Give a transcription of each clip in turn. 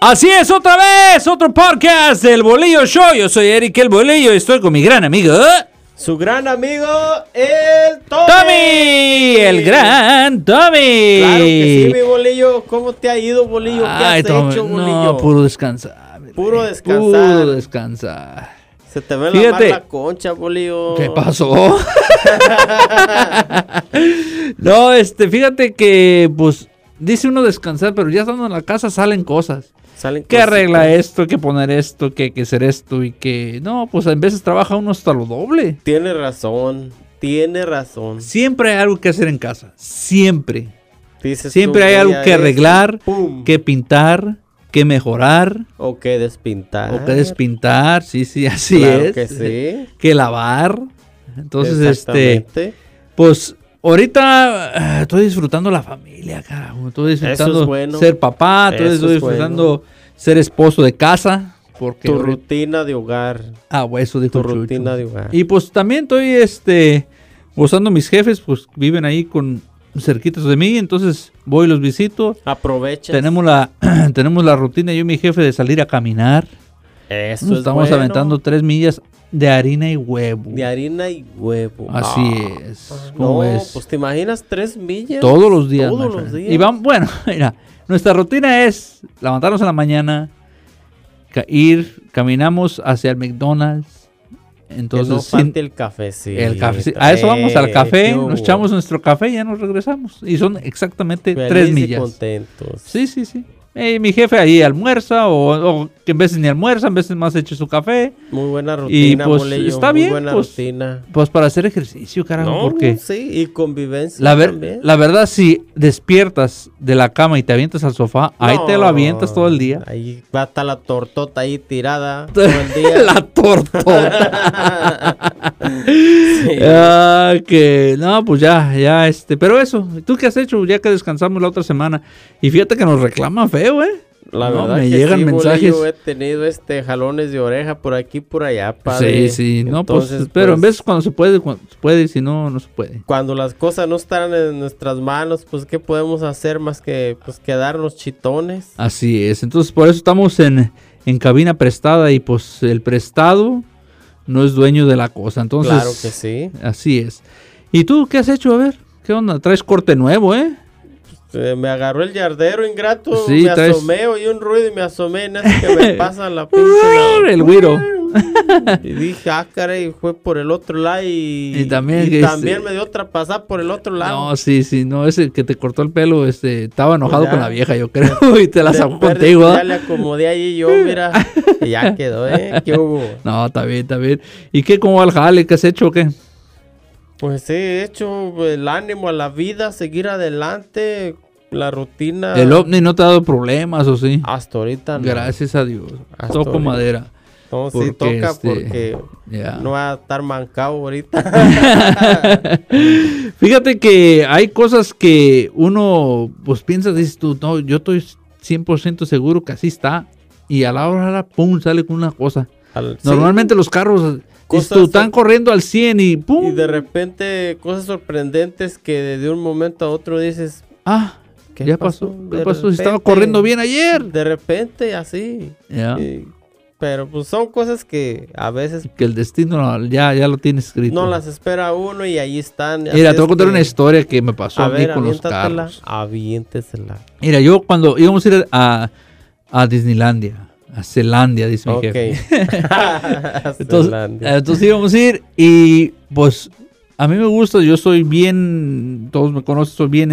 Así es, otra vez, otro podcast del Bolillo Show. Yo soy Eric el Bolillo y estoy con mi gran amigo... Su gran amigo, el Tommy. ¡Tommy! El gran Tommy. Claro que sí, mi Bolillo. ¿Cómo te ha ido, Bolillo? ¿Qué has hecho, Bolillo? No, puro descansar. Puro descansar. Puro descansar. Se te ve Fíjate, la concha, Bolillo. ¿Qué pasó? No, fíjate que, pues, dice uno descansar, pero ya estando en la casa salen cosas. Que arregla esto, que poner esto, que hacer esto y que... No, pues a veces trabaja uno hasta lo doble. Tiene razón. Siempre hay algo que hacer en casa. Siempre. Siempre hay algo que arreglar, que pintar, que mejorar. O que despintar. Sí, así claro es. Que sí. Que lavar. Entonces, pues... Ahorita estoy disfrutando la familia, carajo. Estoy disfrutando ser papá, estoy disfrutando ser esposo de casa. Porque tu rutina de hogar. Eso dijo tu rutina de hogar. Y pues también estoy gozando mis jefes, pues viven ahí cerquitos de mí, entonces voy y los visito. Aprovechas. Tenemos la rutina, yo y mi jefe, de salir a caminar. Eso estamos aventando 3 millas. De harina y huevo. Así es. ¿Cómo es? Pues te imaginas 3 millas. Todos los días. Y bueno, mira, nuestra rutina es levantarnos en la mañana, caminamos hacia el McDonald's. Entonces, que no falte el café, sí. A eso vamos, al café, nos echamos nuestro café y ya nos regresamos. Y son exactamente 3 millas. Contentos. Sí. Mi jefe ahí almuerza o que en veces ni almuerza, en veces más echa su café. Muy buena rutina, y pues Bolillo, está bien, buena rutina. Pues para hacer ejercicio, carajo, porque... Sí, y convivencia también. La verdad, si despiertas de la cama y te avientas al sofá, ahí te lo avientas todo el día. Ahí va a estar la tortota ahí tirada todo el día. La tortota. Sí. Pues ya, pero eso, ¿tú qué has hecho? Ya que descansamos la otra semana. Y fíjate que nos reclaman feo, La verdad me que llegan sí, mensajes. Bolillo, he tenido jalones de oreja por aquí por allá, padre. Sí, entonces, pero en veces cuando se puede, y si no, no se puede. Cuando las cosas no están en nuestras manos, pues ¿qué podemos hacer más que pues quedarnos chitones? Así es, entonces por eso estamos en cabina prestada y pues el prestado no es dueño de la cosa, entonces... Claro que sí. Así es. ¿Y tú qué has hecho? A ver, ¿qué onda? ¿Traes corte nuevo, Me agarró el yardero ingrato, sí, asomé, oí un ruido y me asomé, en ese que me pasa la pinche... el güiro. Y dije, caray, fue por el otro lado y también me dio otra pasada por el otro lado. No, sí, ese que te cortó el pelo, estaba enojado con la vieja, yo creo, y te la sacó contigo. Ya le acomodé ahí yo, mira, y ya quedó, ¿qué hubo? No, está bien. ¿Y qué, cómo va el jale? ¿Qué has hecho o qué? Pues he hecho el ánimo a la vida, seguir adelante, la rutina. ¿El ovni no te ha dado problemas o sí? Hasta ahorita no. Gracias a Dios. Toco madera. No, sí toca porque no va a estar mancado ahorita. Fíjate que hay cosas que uno pues piensa, dices tú, no, yo estoy 100% seguro que así está. Y a la hora, pum, sale con una cosa. Normalmente los carros... están corriendo al 100 y ¡pum! Y de repente cosas sorprendentes que de un momento a otro dices... ¿Qué pasó? ¿Qué pasó? Si estaba corriendo bien ayer. De repente, así. Pero pues son cosas que a veces... Que el destino ya lo tiene escrito. No las espera uno y ahí están. Mira, te voy a contar una historia que me pasó a mí con los carros. Aviéntesela. Mira, yo cuando íbamos a ir a Disneylandia... A Zelandia, dice mi jefe. Entonces íbamos a ir y pues a mí me gusta, yo soy bien, todos me conocen, soy bien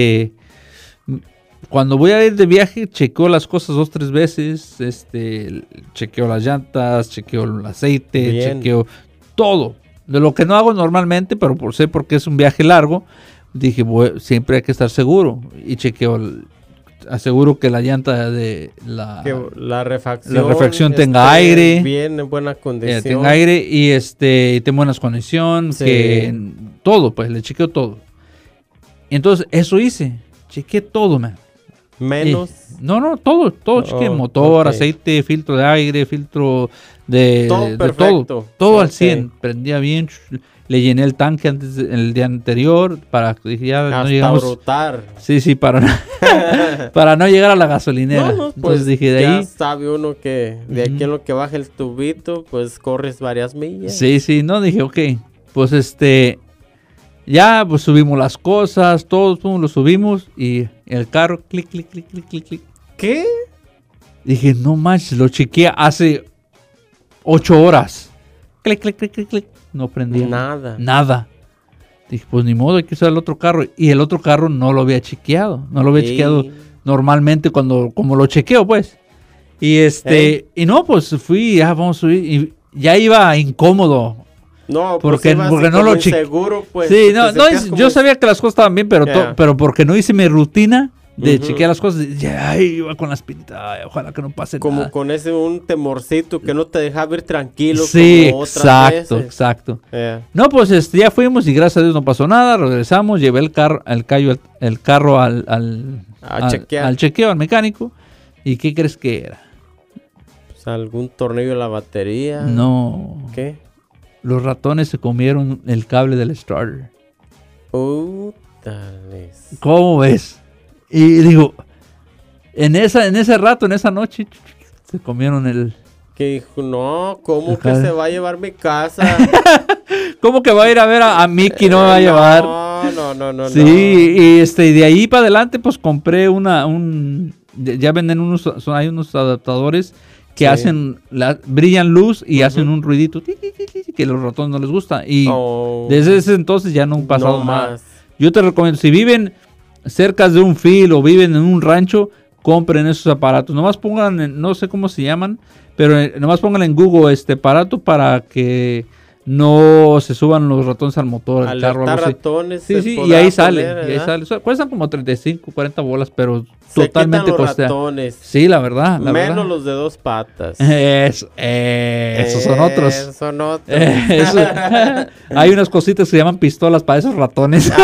cuando voy a ir de viaje chequeo las cosas 2, 3 veces, chequeo las llantas, chequeo el aceite, chequeo todo. De lo que no hago normalmente, pero sé porque es un viaje largo, dije, siempre hay que estar seguro y chequeo aseguro que la llanta de la refacción tenga aire, bien en buena condición, tenga aire y tenga buenas condiciones, que todo, pues le chequeo todo. Y entonces eso hice, chequeé todo, man. Menos. No, todo chequeé, motor, aceite, filtro de aire, filtro de todo. Todo al 100, prendía bien. Le llené el tanque el día anterior para que ya hasta no llegamos. Brotar. Sí, para no llegar a la gasolinera. Pues entonces dije, de ya ahí. sabe uno que de aquí en lo que baja el tubito, pues corres varias millas. Sí, no, dije, ok, pues ya pues subimos las cosas, todos lo subimos y el carro, clic. ¿Qué? Dije, no manches, lo chequeé hace 8 horas. Clic. No prendía nada. Dije, pues ni modo, hay que usar el otro carro. Y el otro carro no lo había chequeado. No lo había chequeado normalmente como lo chequeo, pues. Y y no, pues fui, ya vamos a subir. Y ya iba incómodo. No, porque no lo chequeé. Pues, sí, yo sabía que las cosas estaban bien, pero porque no hice mi rutina de chequear las cosas, ya iba con la espinita, ojalá que no pase como nada. Con un temorcito que no te dejaba ir tranquilo. Sí, como otras veces. exacto. No, pues ya fuimos y gracias a Dios no pasó nada, regresamos, llevé el carro al chequeo, al mecánico. ¿Y qué crees que era? Pues algún tornillo de la batería. No. ¿Qué? Los ratones se comieron el cable del starter. ¿Cómo ves? Y digo, en esa noche, se comieron el... Que dijo, no, ¿cómo que se va a llevar mi casa? ¿Cómo que va a ir a ver a Mickey? No me va a llevar. No. Sí, y de ahí para adelante, pues compré ya venden hay unos adaptadores que brillan luz y hacen un ruidito que a los ratones no les gusta. Y desde ese entonces ya no ha pasado nada. Yo te recomiendo, si viven cerca de un field o viven en un rancho, compren esos aparatos. Nomás pongan, no sé cómo se llaman, pero nomás pongan en Google aparato para que no se suban los ratones al motor, al carro. Ratones. Sí, y ahí sale. Cuestan como 35, 40 bolas, pero se totalmente los ratones. Sí, la verdad. Menos los de 2 patas. Esos son otros. Son otros. Hay unas cositas que se llaman pistolas para esos ratones.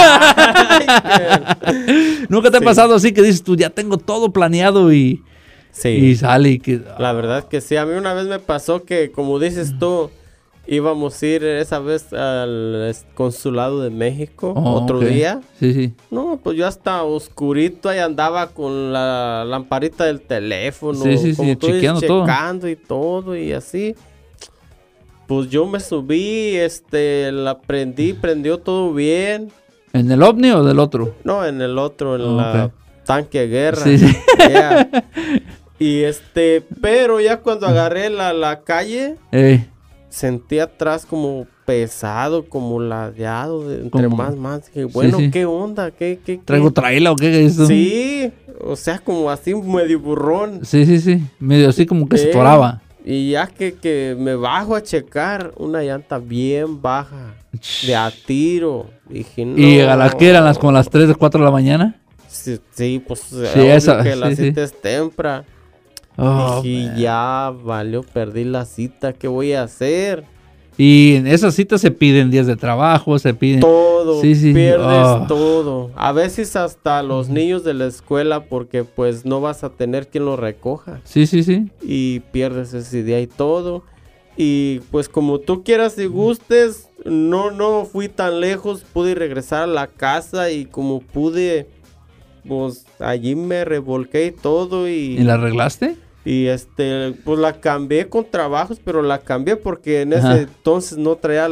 ¿Nunca te ha pasado así que dices tú, ya tengo todo planeado y sale y que... La verdad que sí. A mí una vez me pasó que, como dices tú, íbamos a ir esa vez al consulado de México otro día. Sí. No, pues yo hasta oscurito ahí andaba con la lamparita del teléfono. Sí, checando y todo y así. Pues yo me subí, la prendió todo bien. ¿En el OVNI o del otro? No, en el otro, en la tanque de guerra. Sí. Yeah. Y pero ya cuando agarré la calle... Sentí atrás como pesado, como ladeado, entre más. Dije, bueno, ¿qué onda? ¿Qué? ¿Traigo traila o qué es eso? Sí, o sea, como así medio burrón. Sí, medio así como que se toraba. Y ya que me bajo a checar, una llanta bien baja, de a tiro. Dije, no. ¿Y a las que eran como las 3 o 4 de la mañana? Sí, pues esa, que la cita es temprana. Dije, ya valió, perdí la cita, ¿qué voy a hacer? Y en esas citas se piden días de trabajo, se piden... Todo, pierdes todo. A veces hasta los niños de la escuela, porque pues no vas a tener quien los recoja. Sí. Y pierdes ese día y todo. Y pues como tú quieras y gustes, no fui tan lejos, pude regresar a la casa y como pude, pues allí me revolqué y todo. ¿Y la arreglaste? Y pues la cambié con trabajos, pero la cambié porque en ese entonces no traía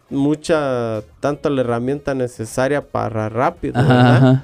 tanta la herramienta necesaria para rápido, ¿verdad? Ajá.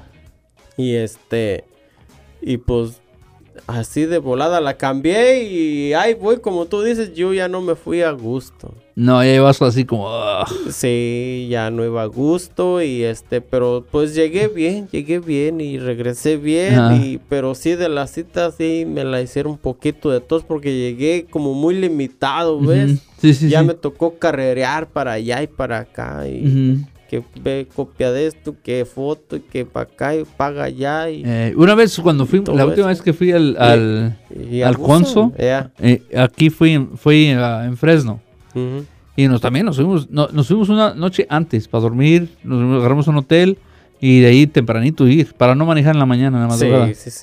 Y pues así de volada la cambié y ahí voy, como tú dices, yo ya no me fui a gusto. No, ya ibas así como... Sí, ya no iba a gusto y pero pues llegué bien y regresé bien, pero sí de la cita sí me la hicieron un poquito de tos porque llegué como muy limitado, ¿ves? Sí. Me tocó carrerear para allá y para acá y que ve copia de esto, que foto y que para acá y paga allá. Y una vez cuando la última vez que fui al Conso, aquí fui en Fresno. Y también nos fuimos una noche antes para dormir, nos agarramos un hotel y de ahí tempranito ir, para no manejar en la mañana, en la madrugada. Sí.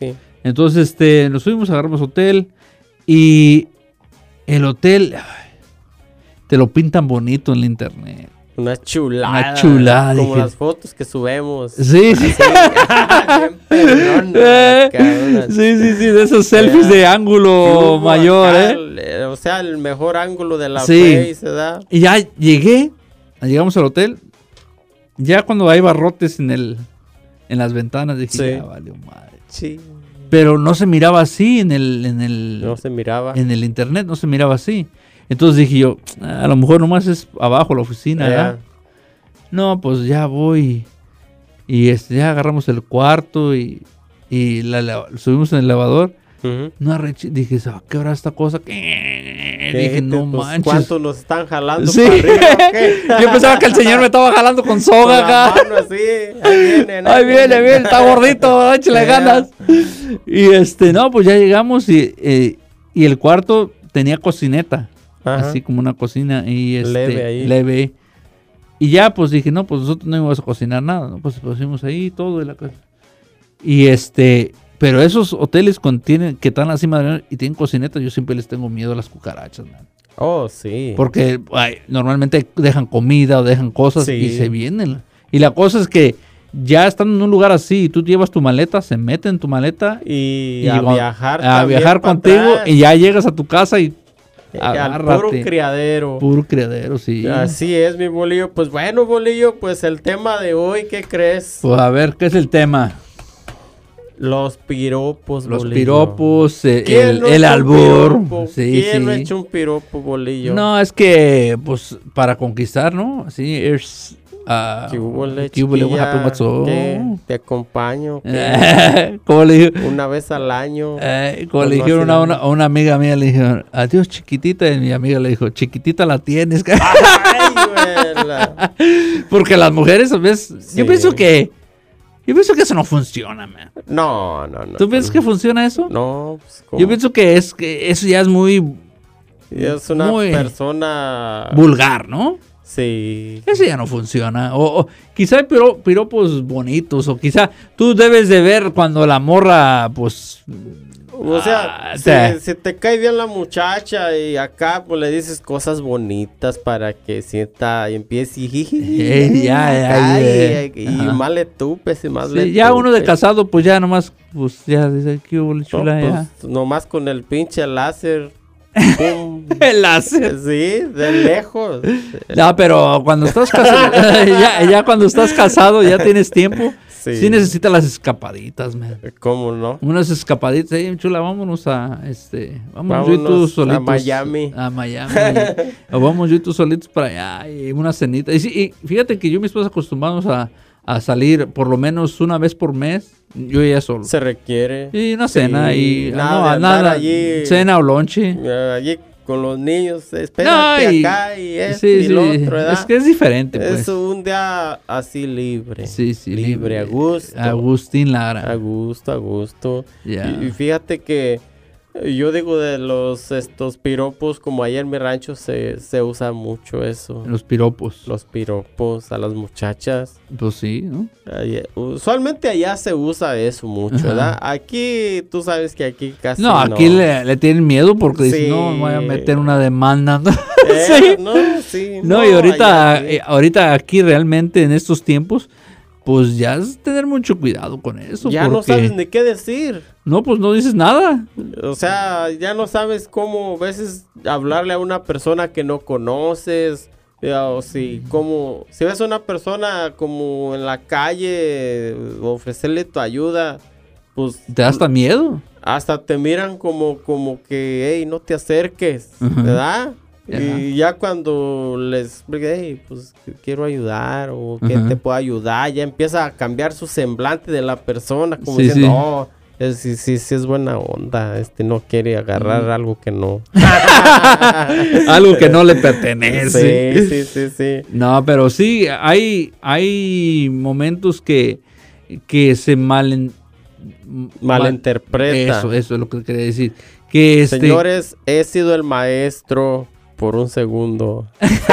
Entonces, nos fuimos, agarramos hotel y el hotel te lo pintan bonito en la internet. Una chulada. Una chulada. Como dije. las fotos que subemos. Sí, sí. Bien perrona, Sí, de esos selfies de ángulo mayor, O sea, el mejor ángulo de la sí. Face, ¿verdad? Y ya llegamos al hotel. Ya cuando hay barrotes en las ventanas, dije, sí. ya valió madre. Sí. Pero no se miraba así en el No se miraba. En el internet no se miraba así. Entonces dije yo, a lo mejor nomás es abajo la oficina, ¿verdad? No, pues ya voy. Y ya agarramos el cuarto y subimos en el elevador. Uh-huh. No, dije, ¿qué hora esta cosa? Dije, no pues, manches. ¿Cuántos nos están jalando sí. para arriba? ¿Qué? Yo pensaba que el señor me estaba jalando con soga acá. Con la mano así. Ahí viene, está gordito, échale ganas. Y no, pues ya llegamos y el cuarto tenía cocineta. Ajá. Así como una cocina y leve. Y ya pues dije, no, pues nosotros no íbamos a cocinar nada, ¿no? Pues pusimos ahí todo de la casa. Y pero esos hoteles que están así madre y tienen cocineta, yo siempre les tengo miedo a las cucarachas, man. Oh, sí. Porque normalmente dejan comida o dejan cosas y se vienen. Y la cosa es que ya estando en un lugar así y tú llevas tu maleta, se mete en tu maleta y a viajar contigo atrás. Y ya llegas a tu casa y agárrate. Puro criadero. Puro criadero, sí. Así es, mi Bolillo. Pues bueno, Bolillo, pues el tema de hoy, ¿qué crees? Pues a ver, ¿qué es el tema? Los piropos, Los Bolillo. Piropos, el albur. Sí, ¿Quién no ha hecho un piropo, Bolillo? No, es que, pues, para conquistar, ¿no? Sí, es... ¿Qué hubo, Te acompaño. ¿Cómo le dijo? Una vez al año. Como le dijeron a una amiga mía, le dijeron, adiós chiquitita, y mi amiga le dijo, chiquitita la tienes. Ay, güela. Porque las mujeres, ¿ves? Sí. Yo pienso que eso no funciona, man. No. ¿Tú piensas que funciona eso? No, pues, ¿cómo? Yo pienso que eso ya es muy... Es una persona... vulgar, ¿no? Sí. Eso ya no funciona. O quizá hay piropos bonitos. O quizá tú debes de ver cuando la morra, pues... O sea, si te cae bien la muchacha y acá pues le dices cosas bonitas para que sienta y empiece y más le tupes y más le tupes. Ya uno de casado pues ya nomás, pues ya dice, qué chula ya. Pues, nomás con el pinche láser. ¡Pum! El láser. Sí, de lejos. No, pero cuando estás casado, ya cuando estás casado, ya tienes tiempo. Sí necesitas las escapaditas, man. ¿Cómo no? Unas escapaditas, chula, vámonos vámonos yo y tú solitos. A Miami. O vamos yo y tú solitos para allá, y una cenita. Y fíjate que yo y mi esposa acostumbramos a salir por lo menos una vez por mes, yo y ella solo. Se requiere. Y una cena, y nada allí, cena o lonche. Allí con los niños, espérate acá y esto y lo otro, ¿verdad? Es que es diferente, pues. Es un día así libre. Sí, libre, a gusto. Agustín Lara. A gusto. Yeah. Y fíjate que yo digo de estos piropos, como allá en mi rancho se usa mucho eso. Los piropos. Los piropos a las muchachas. Pues sí, ¿no? Usualmente allá se usa eso mucho, ¿verdad? Aquí, tú sabes que aquí casi no. Aquí le tienen miedo porque dicen, no, me voy a meter una demanda. Sí. No, y ahorita aquí realmente en estos tiempos, pues ya es tener mucho cuidado con eso. Ya no sabes ni qué decir. No, pues no dices nada. O sea, ya no sabes cómo a veces hablarle a una persona que no conoces. O si ves a una persona como en la calle, ofrecerle tu ayuda, pues... ¿Te da hasta miedo? Hasta te miran como que, hey, no te acerques, ¿verdad? Y ya cuando les hey, pues quiero ayudar o que te puedo ayudar, ya empieza a cambiar su semblante de la persona, como diciendo, oh, sí es buena onda, no quiere agarrar algo que no. Algo que no le pertenece. Sí. No, pero sí, hay momentos que se malinterpreta. Eso es lo que quería decir. Que Señores, he sido el maestro por un segundo.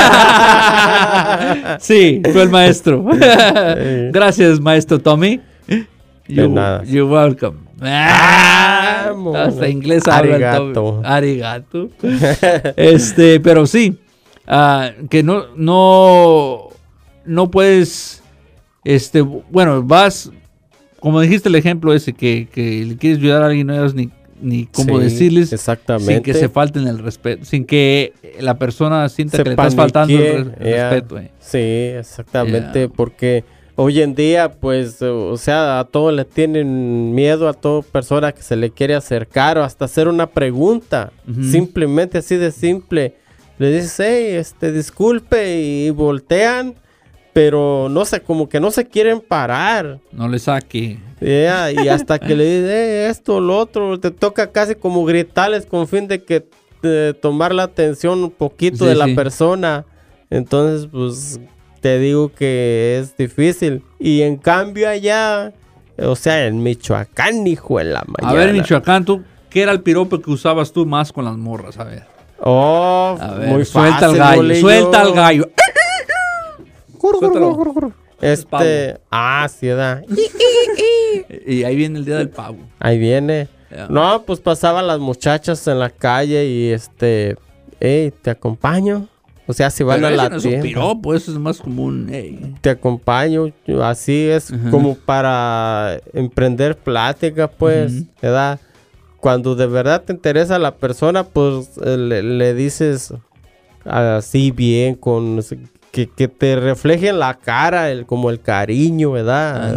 Sí, fue el maestro. Gracias, maestro Tommy. De nada. You're welcome. Hasta inglés habla el Toby. Arigato. Pero sí, que no puedes, bueno, vas, como dijiste el ejemplo ese, que le quieres ayudar a alguien, no eres ni cómo decirles, exactamente, sin que se falten el respeto, sin que la persona sienta que le estás faltando el respeto. Sí, exactamente, porque hoy en día, pues, o sea, a todos le tienen miedo, a toda persona que se le quiere acercar o hasta hacer una pregunta, simplemente así de simple. Le dices, hey, disculpe, y voltean, pero no sé, como que no se quieren parar. No le saque. Y hasta que le dices, esto, lo otro, te toca casi como gritarles con fin de que tomar la atención un poquito de la persona. Entonces, pues, te digo que es difícil. Y en cambio allá, o sea, en Michoacán, hijo de la mañana. A ver, Michoacán, ¿tú qué era el piropo que usabas tú más con las morras? A ver. Oh, a ver, muy fácil. Suelta el gallo, suelta el gallo. Sí da. Y ahí viene el día del pavo. Ahí viene. No, pues pasaban las muchachas en la calle y hey, te acompaño. O sea, si van pero a la no tienda. Es un piropo, eso es más común. Hey. Te acompaño, así es como para emprender plática, pues, ¿verdad? Cuando de verdad te interesa la persona, pues le dices así bien, con que te refleje en la cara como el cariño, ¿verdad?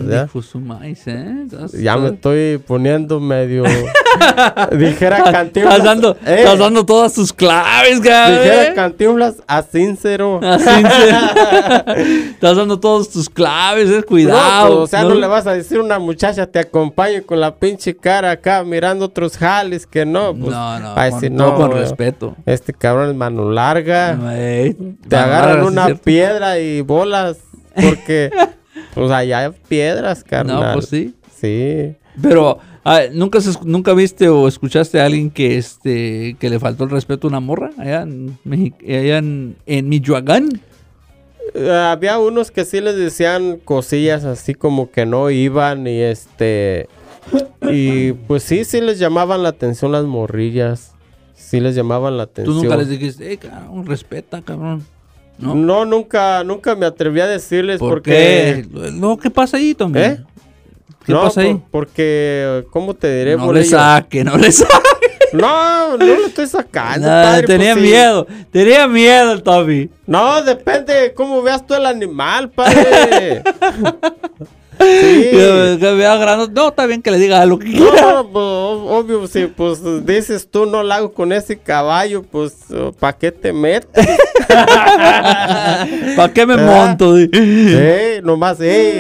Ya me estoy poniendo medio... Dijera Cantinflas. Estás dando todas tus claves, cabrón. Dijera Cantinflas a sincero. Estás dando todas tus claves, cuidado. No, pues, o sea, no le vas a decir a una muchacha, te acompaño con la pinche cara acá mirando otros jales que no. Pues, no, con respeto. Este cabrón es mano larga. Te agarran una piedra y bolas. Porque, pues allá hay piedras, carnal. No, pues sí. Sí. Pero... ¿nunca viste o escuchaste a alguien que le faltó el respeto a una morra allá en Michoacán? Había unos que sí les decían cosillas así como que no iban y y pues sí les llamaban la atención las morrillas. Sí les llamaban la atención. ¿Tú nunca les dijiste, cabrón, respeta, cabrón? No, nunca me atreví a decirles porque... ¿Qué pasa ahí, Tommy? ¿Qué pasa ahí? Porque, ¿cómo te diré? No le saque. No le estoy sacando, padre. Tenía miedo el Tommy. No, depende de cómo veas tú el animal, padre. Sí. No, está bien que le diga lo que quiera. No, pues, obvio, si pues dices tú no la hago con ese caballo, pues, ¿para qué te metes? ¿Para qué me monto? Nomás,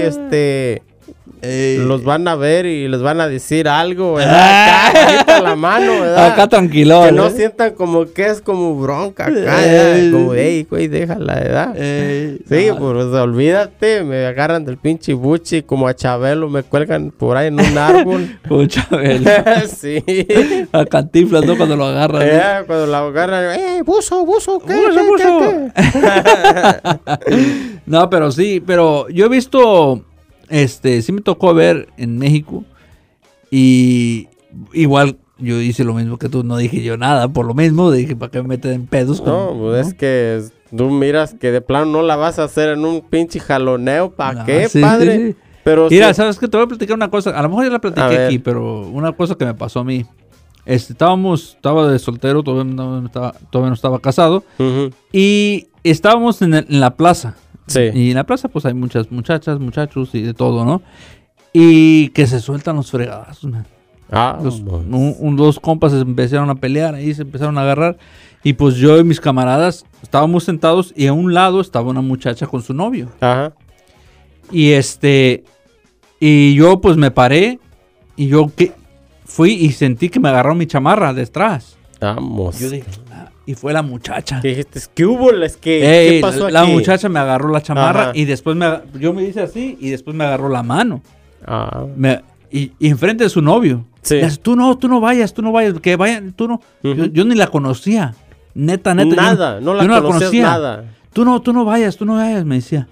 los van a ver y les van a decir algo, ¿verdad? Acá, la mano, ¿verdad? Acá tranquilo. Que no sientan como que es como bronca acá, como, güey, déjala, ¿verdad? Sí, pues olvídate, me agarran del pinche buchi como a Chabelo, me cuelgan por ahí en un árbol. Como Chabelo. Sí. A Cantinflas, ¿no? Cuando lo agarran. Cuando lo agarran, buzo, ¿qué? No, pero sí, pero yo he visto... sí me tocó ver en México y igual yo hice lo mismo que tú, no dije yo nada, por lo mismo dije, ¿para qué me meten en pedos? Es que tú miras que de plano no la vas a hacer en un pinche jaloneo, ¿para qué, padre? Sí. Pero mira, ¿sabes qué? Te voy a platicar una cosa, a lo mejor ya la platiqué aquí, pero una cosa que me pasó a mí. Estaba de soltero, todavía no estaba casado, y estábamos en la plaza. Sí. Y en la plaza pues hay muchas muchachas, muchachos y de todo, ¿no? Y que se sueltan los fregadazos, man. Dos compas se empezaron a pelear, ahí se empezaron a agarrar. Y pues yo y mis camaradas estábamos sentados y a un lado estaba una muchacha con su novio. Ajá. Y y yo pues me paré y yo fui y sentí que me agarró mi chamarra detrás. Vamos. Yo dije, y fue la muchacha. ¿Qué dijiste? ¿Qué hubo? ¿Qué pasó aquí? La muchacha me agarró la chamarra. Ajá. Y después yo me hice así y después me agarró la mano. Y enfrente de su novio. Sí. Dice, tú no vayas, que vayan, tú no. Yo ni la conocía. Neta. Nada, no la conocía. Nada. Tú no vayas, me decía.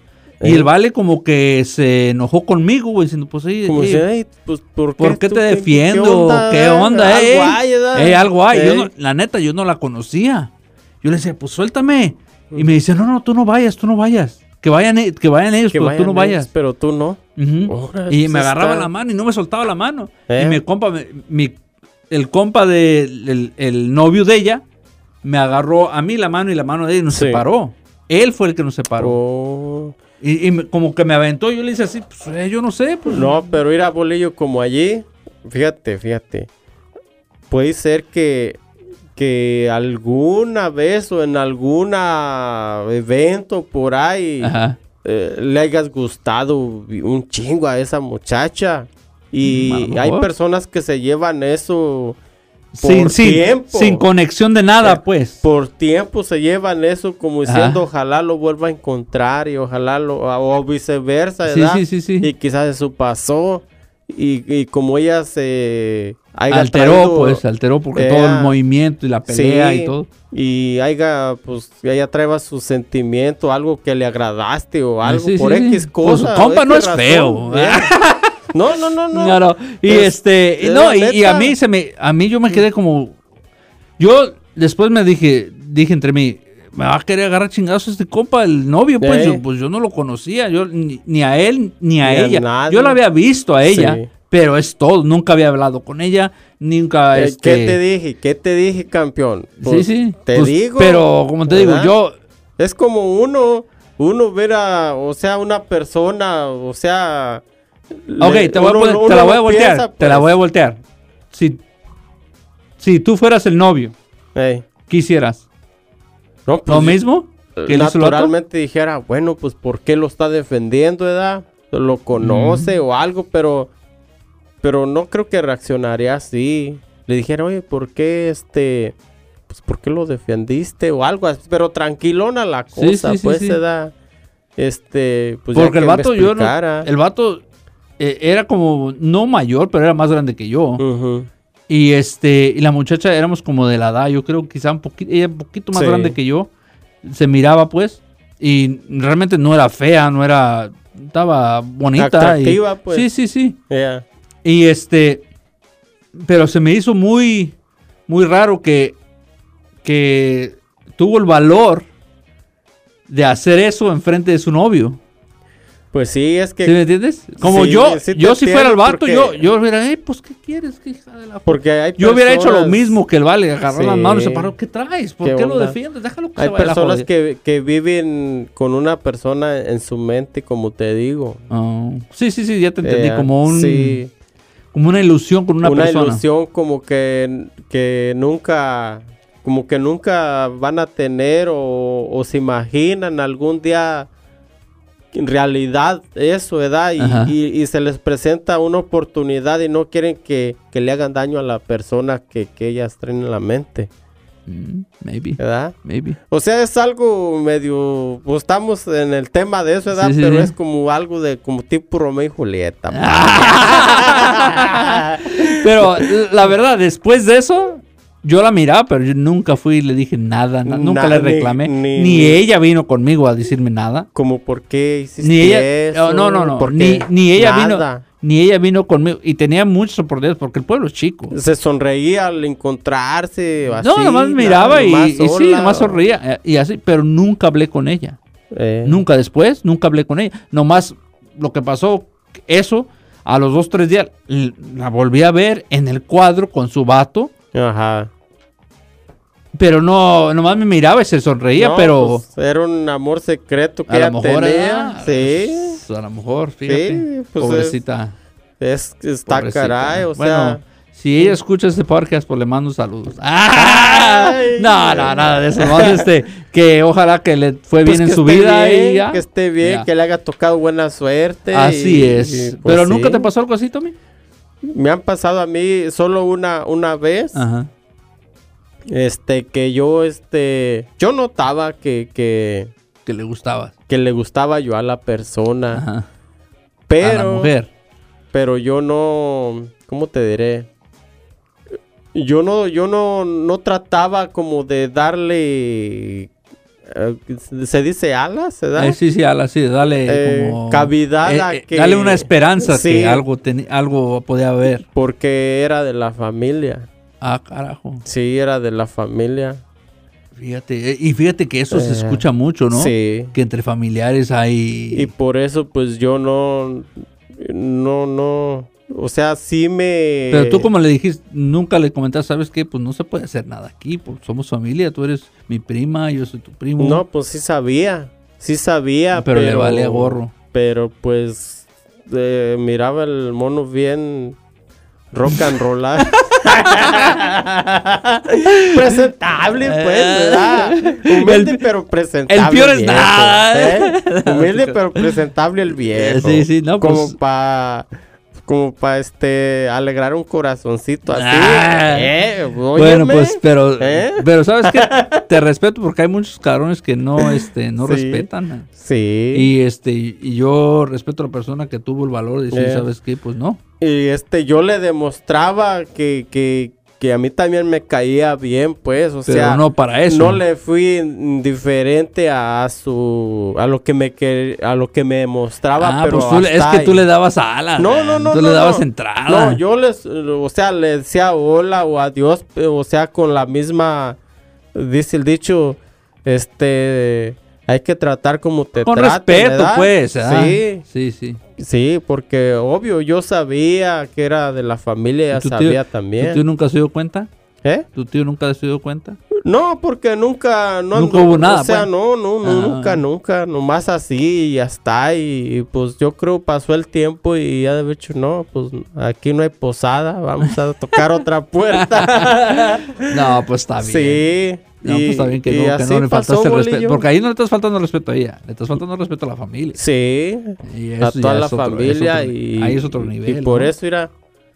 Y el vale como que se enojó conmigo, güey, diciendo, pues, como si, pues, ¿por qué te defiendo? ¿Qué onda? Algo hay. La neta, yo no la conocía. Yo le decía, pues, suéltame. Y me dice, no, tú no vayas. Que vayan ellos, pero tú no vayas. Pero tú no. Y me agarraba la mano y no me soltaba la mano. Y mi compa, el compa el novio de ella, me agarró a mí la mano y la mano de ella y nos separó. Él fue el que nos separó. Como que me aventó, yo le hice así, pues yo no sé. Pues. No, pero mira, Bolillo, como allí, fíjate. Puede ser que alguna vez o en algún evento por ahí le hayas gustado un chingo a esa muchacha. Y hay personas que se llevan eso por tiempo. Sin conexión de nada, pues. Por tiempo se llevan eso como diciendo, ojalá lo vuelva a encontrar y ojalá o viceversa, ¿verdad? Sí. Y quizás eso pasó. Y como ella se alteró porque todo el movimiento y la pelea y todo. Y haya traeba su sentimiento, algo que le agradaste o algo por X cosa. Pues su compa no es feo. No. Y a mí yo me quedé como, yo después me dije entre mí, me va a querer agarrar chingados este compa, el novio, pues. Yo no lo conocía, yo ni a él ni a ella. Yo la había visto a ella, pero es todo. Nunca había hablado con ella, nunca. ¿Qué te dije, campeón? Pues, te digo. Pero como te digo, yo. Es como uno ver a, una persona, Ok, te la voy a voltear. Pues. Te la voy a voltear. Si tú fueras el novio, ¿qué hicieras? No, pues, ¿lo mismo? Que naturalmente dijera, bueno, pues ¿por qué lo está defendiendo, edad? Lo conoce o algo, pero no creo que reaccionaría así. Le dijera, oye, ¿por qué pues ¿por qué lo defendiste? O algo así, pero tranquilona la cosa, edad. Pues porque el vato, el vato era como, no mayor, pero era más grande que yo. Y la muchacha éramos como de la edad, yo creo quizá ella un poquito más grande que yo. Se miraba pues, y realmente no era fea, estaba bonita. Atractiva, pues. Sí. Yeah. Y pero se me hizo muy, muy raro que tuvo el valor de hacer eso enfrente de su novio. Pues sí, es que... ¿Sí me entiendes? Como yo si fuera el vato, yo hubiera, pues, ¿qué quieres? ¿Qué hija de la porque hay yo hubiera hecho lo mismo que el vale, agarrar las manos y se paró. ¿Qué traes? ¿Por qué lo defiendes? Déjalo que hay se vaya. Hay personas que viven con una persona en su mente, como te digo. Sí, ya te entendí. Como como una ilusión con una persona. Una ilusión como que nunca van a tener o se imaginan algún día en realidad eso, ¿verdad? Y se les presenta una oportunidad y no quieren que le hagan daño a la persona que ellas traen en la mente. Maybe. ¿Verdad? Maybe. O sea, es algo medio... Pues estamos en el tema de eso, ¿verdad? Pero es como algo como tipo Romeo y Julieta. Pero la verdad, después de eso... Yo la miraba, pero yo nunca fui y le dije nada, nunca le reclamé. Ni ella vino conmigo a decirme nada. ¿Cómo por qué hiciste eso? No. Ni ella vino conmigo. Y tenía muchas oportunidades porque el pueblo es chico. Se sonreía al encontrarse. Así, nomás miraba y sí, nomás sonreía. Y así, pero nunca hablé con ella. Nunca hablé con ella. Nomás lo que pasó, eso, a los 2-3 días, la volví a ver en el cuadro con su vato. Ajá. Pero nomás me miraba y se sonreía, pero... Pues era un amor secreto que ella tenía. A lo mejor, fíjate. Sí, pues pobrecita. Está pobrecita. Caray, bueno, si ella escucha este podcast, pues le mando saludos. Nada de eso. Nomás que ojalá que le fue bien en su vida. Y ya. Que esté bien, que le haya tocado buena suerte. Así es. Pues, pero ¿nunca te pasó algo así, Tommy? Me han pasado a mí solo una vez. Ajá. Que yo notaba que le gustaba. Que le gustaba yo a la persona. Ajá. Pero a la mujer. Pero yo no, ¿cómo te diré? Yo no trataba como de darle se dice alas, ¿verdad? Sí, alas, sí, dale como... cavidad a que... Dale una esperanza sí, que algo podía haber. Porque era de la familia. Ah, carajo. Sí, era de la familia. Fíjate que eso se escucha mucho, ¿no? Sí. Que entre familiares hay... Y por eso, pues, yo no... O sea, sí me... Pero tú, como le dijiste, nunca le comentaste, ¿sabes qué? Pues no se puede hacer nada aquí, pues somos familia, tú eres mi prima, yo soy tu primo. No, pues sí sabía, pero le valía gorro. Pero pues miraba el mono bien rock and roll. Presentable, pues, ¿verdad? Humilde pero presentable. El peor es viejo, nada. Humilde pero presentable el viejo. Sí, no, como pues... como para alegrar un corazoncito así. Bueno, pues, pero ¿sabes qué? Te respeto porque hay muchos cabrones que no respetan. Sí. Y yo respeto a la persona que tuvo el valor de decir, ¿sabes qué? Pues no. Y yo le demostraba que a mí también me caía bien, pues, pero no para eso. No le fui indiferente a lo que me mostraba, pero pues es que tú le dabas alas. No. Tú le dabas entrada. No, yo le decía hola o adiós, con la misma, dice el dicho, hay que tratar como te con traten, respeto, ¿verdad? pues. Sí. Sí, porque obvio, yo sabía que era de la familia, sabía también. ¿Tu tío nunca se dio cuenta? ¿Tu tío nunca se dio cuenta? No, porque nunca hubo nada. O sea, pues. nunca, nomás así y ya está. Y pues yo creo pasó el tiempo y ya de hecho, no, pues aquí no hay posada, vamos a tocar otra puerta. No, pues está bien. Sí. No, pues está bien que no le faltaste el respeto. Porque ahí no le estás faltando el respeto a ella. Le estás faltando el respeto a la familia. Sí. A toda la familia. Ahí es otro nivel. Y por eso irá.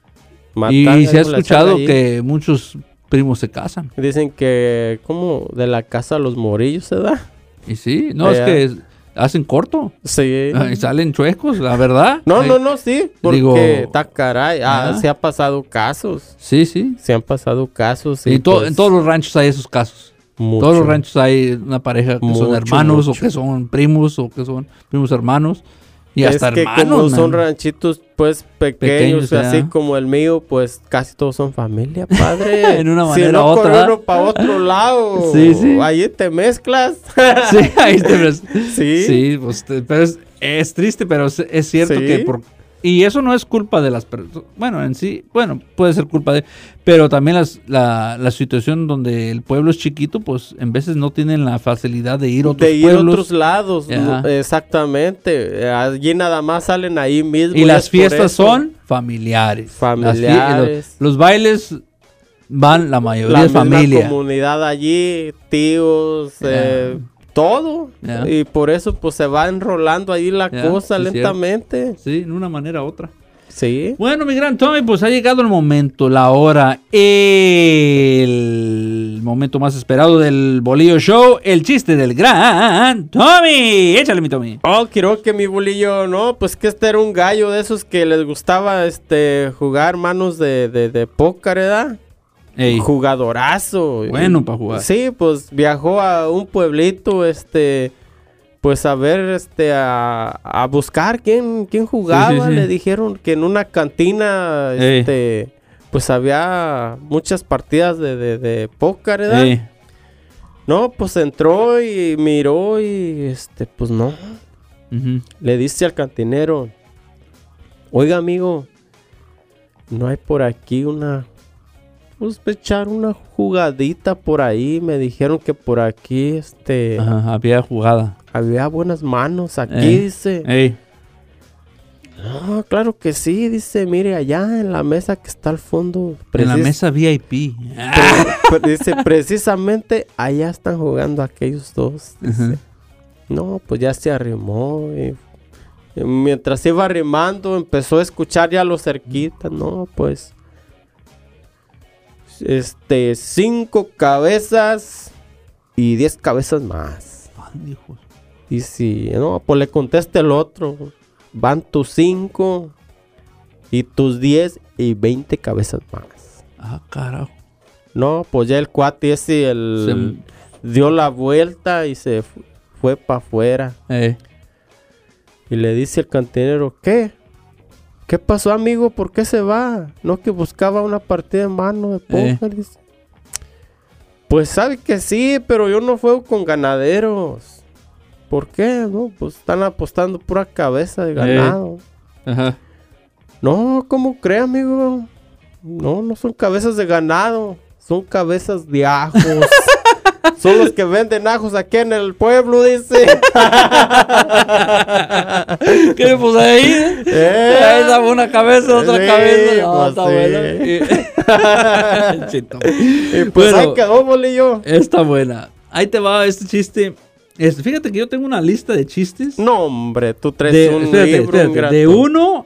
Y se ha escuchado que muchos primos se casan. Dicen que, como de la casa a los morillos se da. Y sí, no, es que hacen corto. Sí. Y salen chuecos, la verdad. No, sí. Porque está caray. Se ha pasado casos. Sí. Se han pasado casos. Y en todos los ranchos hay esos casos. Mucho. Todos los ranchos hay una pareja que son hermanos o que son primos o que son primos hermanos. Y hasta hermanos. Como son ranchitos pues pequeños así como el mío, pues casi todos son familia, padre. En una manera u otra. Con uno para otro lado. Sí. Ahí te mezclas. Sí, ahí te mezclas. Sí, pues, pero es triste, pero es cierto que y eso no es culpa de las personas. Bueno, en sí, puede ser culpa de... Pero también la situación donde el pueblo es chiquito, pues en veces no tienen la facilidad de ir a otros pueblos. A otros lados, exactamente. Allí nada más salen ahí mismo. Y las fiestas son familiares. Los bailes van la mayoría de familia. La comunidad allí, tíos... todo. Y por eso pues se va enrolando ahí la cosa lentamente. Sí, en una manera u otra. Sí. Bueno, mi gran Tommy, pues ha llegado el momento, la hora, el momento más esperado del Bolillo Show, el chiste del gran Tommy. Échale, mi Tommy. Quiero que mi bolillo, no, pues que era un gallo de esos que les gustaba jugar manos de póker, ¿verdad? Ey. Jugadorazo. Bueno, para jugar. Sí, pues viajó a un pueblito, pues a ver, a buscar quién jugaba. Sí. Le dijeron que en una cantina, pues había muchas partidas de póker, ¿verdad? No, pues entró y miró y, pues no. Le dice al cantinero, oiga, amigo, ¿no hay por aquí pues echar una jugadita por ahí? Me dijeron que por aquí, había jugada. Había buenas manos aquí, dice. No, claro que sí, dice, mire, allá en la mesa que está al fondo. En la mesa VIP. Dice, precisamente allá están jugando aquellos dos. Dice. No, pues ya se arrimó. Y mientras iba arrimando, empezó a escuchar ya lo cerquita. No, pues... 5 cabezas y 10 cabezas más. Y si no, pues le contesta el otro, van tus 5 y tus 10 y 20 cabezas más. Carajo. No, pues ya el cuate ese, dio la vuelta y se fue para afuera. Y le dice el cantinero, ¿qué? ¿Qué pasó, amigo? ¿Por qué se va? No, que buscaba una partida de mano de póker. Dice. Pues sabe que sí, pero yo no juego con ganaderos. ¿Por qué? No, pues están apostando pura cabeza de ganado. Ajá. No, ¿cómo cree, amigo? No, no son cabezas de ganado. Son cabezas de ajos. Son los que venden ajos aquí en el pueblo, dice. ¿Qué? Pues ahí. Ahí está una cabeza, otra cabeza. No, pues está bueno. Chito. Y pues Bueno, ahí quedó, bolillo. Está buena. Ahí te va este chiste. Fíjate que yo tengo una lista de chistes. No, hombre, tú traes un libro ingrato. De 1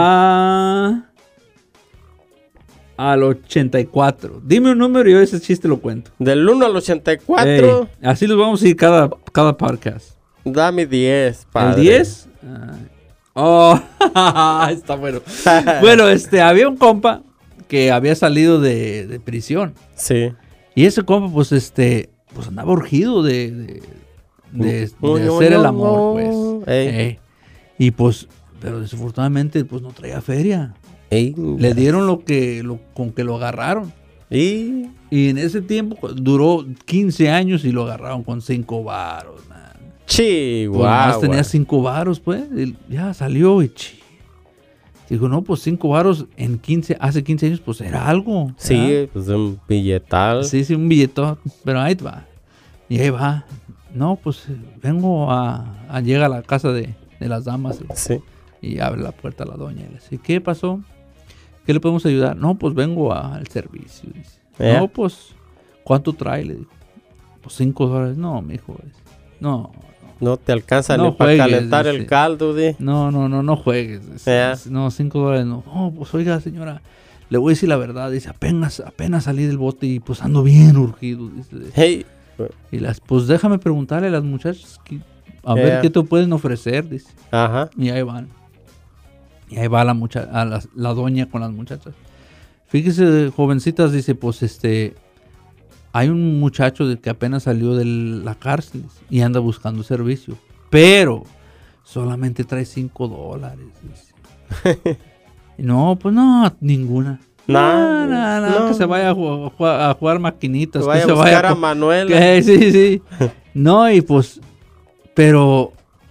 al 84. Dime un número y yo ese chiste lo cuento. Del 1 al 84. Así los vamos a ir cada podcast. Dame 10, padre. ¿El 10? Oh, está bueno. Bueno, había un compa que había salido de prisión. Sí. Y ese compa, pues, pues andaba urgido de hacer el amor, pues. Y pues, pero desafortunadamente, pues no traía feria. Le dieron con que lo agarraron. Y en ese tiempo duró 15 años y lo agarraron con 5 varos, man. Chihuahua. Pues tenía 5 varos, pues. Y ya salió y dijo, no, pues 5 varos hace 15 años, pues era algo. Sí, ¿verdad? pues un billetal. Sí, un billetón. Pero ahí va. Y ahí va. No, pues vengo llega a la casa de las damas. Sí. Y abre la puerta a la doña y le dice, ¿qué pasó? ¿Qué le podemos ayudar? No, pues vengo al servicio. Dice. No, pues, ¿cuánto trae? Le digo, pues $5. No, mijo. No. No te alcanza ni para calentar el caldo, di. No juegues. No, $5 no. No, pues oiga, señora, le voy a decir la verdad. Dice, apenas salí del bote y pues ando bien urgido. Dice. Hey. Y pues déjame preguntarle a las muchachas a ver qué te pueden ofrecer, dice. Ajá. Y ahí van. Y ahí va la doña con las muchachas. Fíjese, jovencitas, dice, pues hay un muchacho que apenas salió de la cárcel y anda buscando servicio. Pero solamente trae $5, dice. No, pues no, ninguna. No, que se vaya a jugar maquinitas. Que vaya a buscar a Manuela. Sí. No, y pues, pero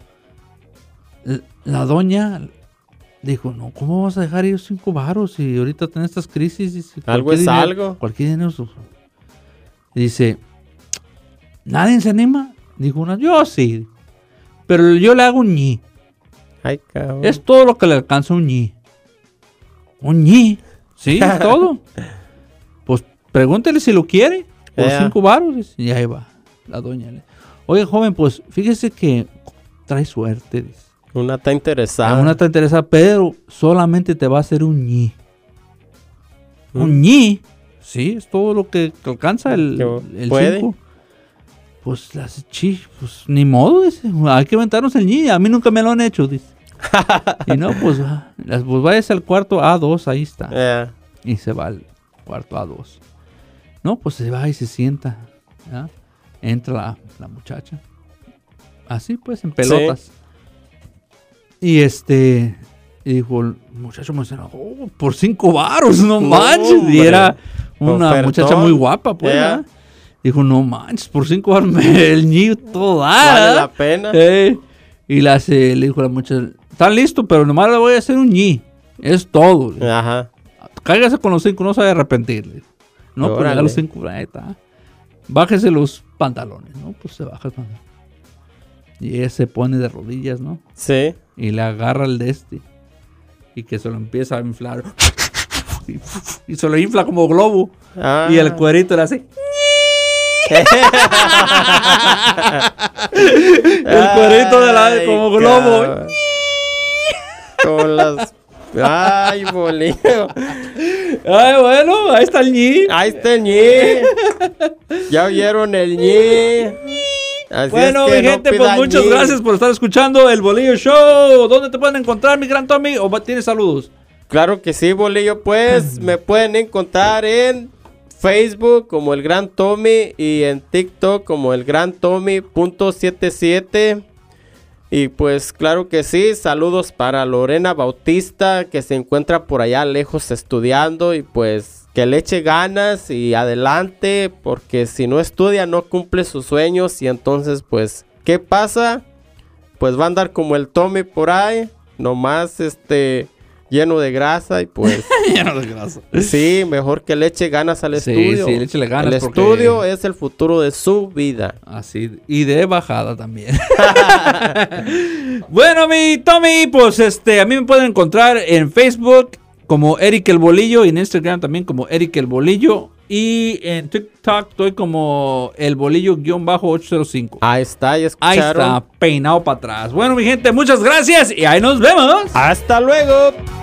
la doña dijo, no, ¿cómo vas a dejar ellos 5 varos? Y ahorita en estas crisis. Dice, algo es dinero, algo. Cualquier dinero. Dice, ¿nadie se anima? Dijo una, yo sí. Pero yo le hago un ñi. Ay, cabrón. Es todo lo que le alcanza un ñi. Un ñi. Sí, es todo. Pues pregúntele si lo quiere. Por 5 varos. Y ahí va la doña. Oye, joven, pues fíjese que trae suerte. Dice. Una está interesada. Pero solamente te va a hacer un ñi. Un ñi. Sí, es todo lo que alcanza el 5. Pues pues ni modo, dice. Hay que aventarnos el ñi. A mí nunca me lo han hecho, dice. Y no, pues váyase al cuarto A2, ahí está. Y se va al cuarto A2. No, pues se va y se sienta. ¿Ya? Entra la muchacha. Así pues, en pelotas. Sí. Y dijo el muchacho emocionado, por 5 varos, no manches. Y era una muchacha muy guapa, pues. Dijo, no manches, por 5 varos el niño todo da. Vale la pena. Y le dijo la muchacha, está listo, pero nomás le voy a hacer un ñi. Es todo. Ajá. Cáigase con los 5, no se va a arrepentir. No, pues ya los 5, ahí está. Bájese los pantalones, ¿no? Pues se baja el pantalón. Y ella se pone de rodillas, ¿no? Sí. Y le agarra el y que se lo empieza a inflar. Y se lo infla como globo. Y el cuerito le hace. El cuerito como globo. Con las. Ay, bolillo. Ay, bueno, ahí está el ñi. Ahí está el ñi. Ya oyeron el ñi. Así bueno, es que mi gente, pues muchas gracias por estar escuchando el Bolillo Show. ¿Dónde te pueden encontrar, mi gran Tommy? ¿O tienes saludos? Claro que sí, Bolillo. Pues me pueden encontrar en Facebook como el Gran Tommy y en TikTok como el Gran Tommy.77. Y pues claro que sí, saludos para Lorena Bautista que se encuentra por allá lejos estudiando y pues que le eche ganas y adelante, porque si no estudia no cumple sus sueños y entonces pues ¿qué pasa? Pues va a andar como el Tommy por ahí, nomás lleno de grasa y pues... lleno de grasa. Sí, mejor que le eche ganas al estudio. Sí, le eche ganas. El estudio es el futuro de su vida. Así, y de bajada también. Bueno, mi Tommy, pues a mí me pueden encontrar en Facebook como Eric el Bolillo y en Instagram también como Eric el Bolillo. Y en TikTok estoy como el bolillo-805. Ahí está, ya escucharon. Ahí está, peinado para atrás. Bueno, mi gente, muchas gracias y ahí nos vemos. Hasta luego.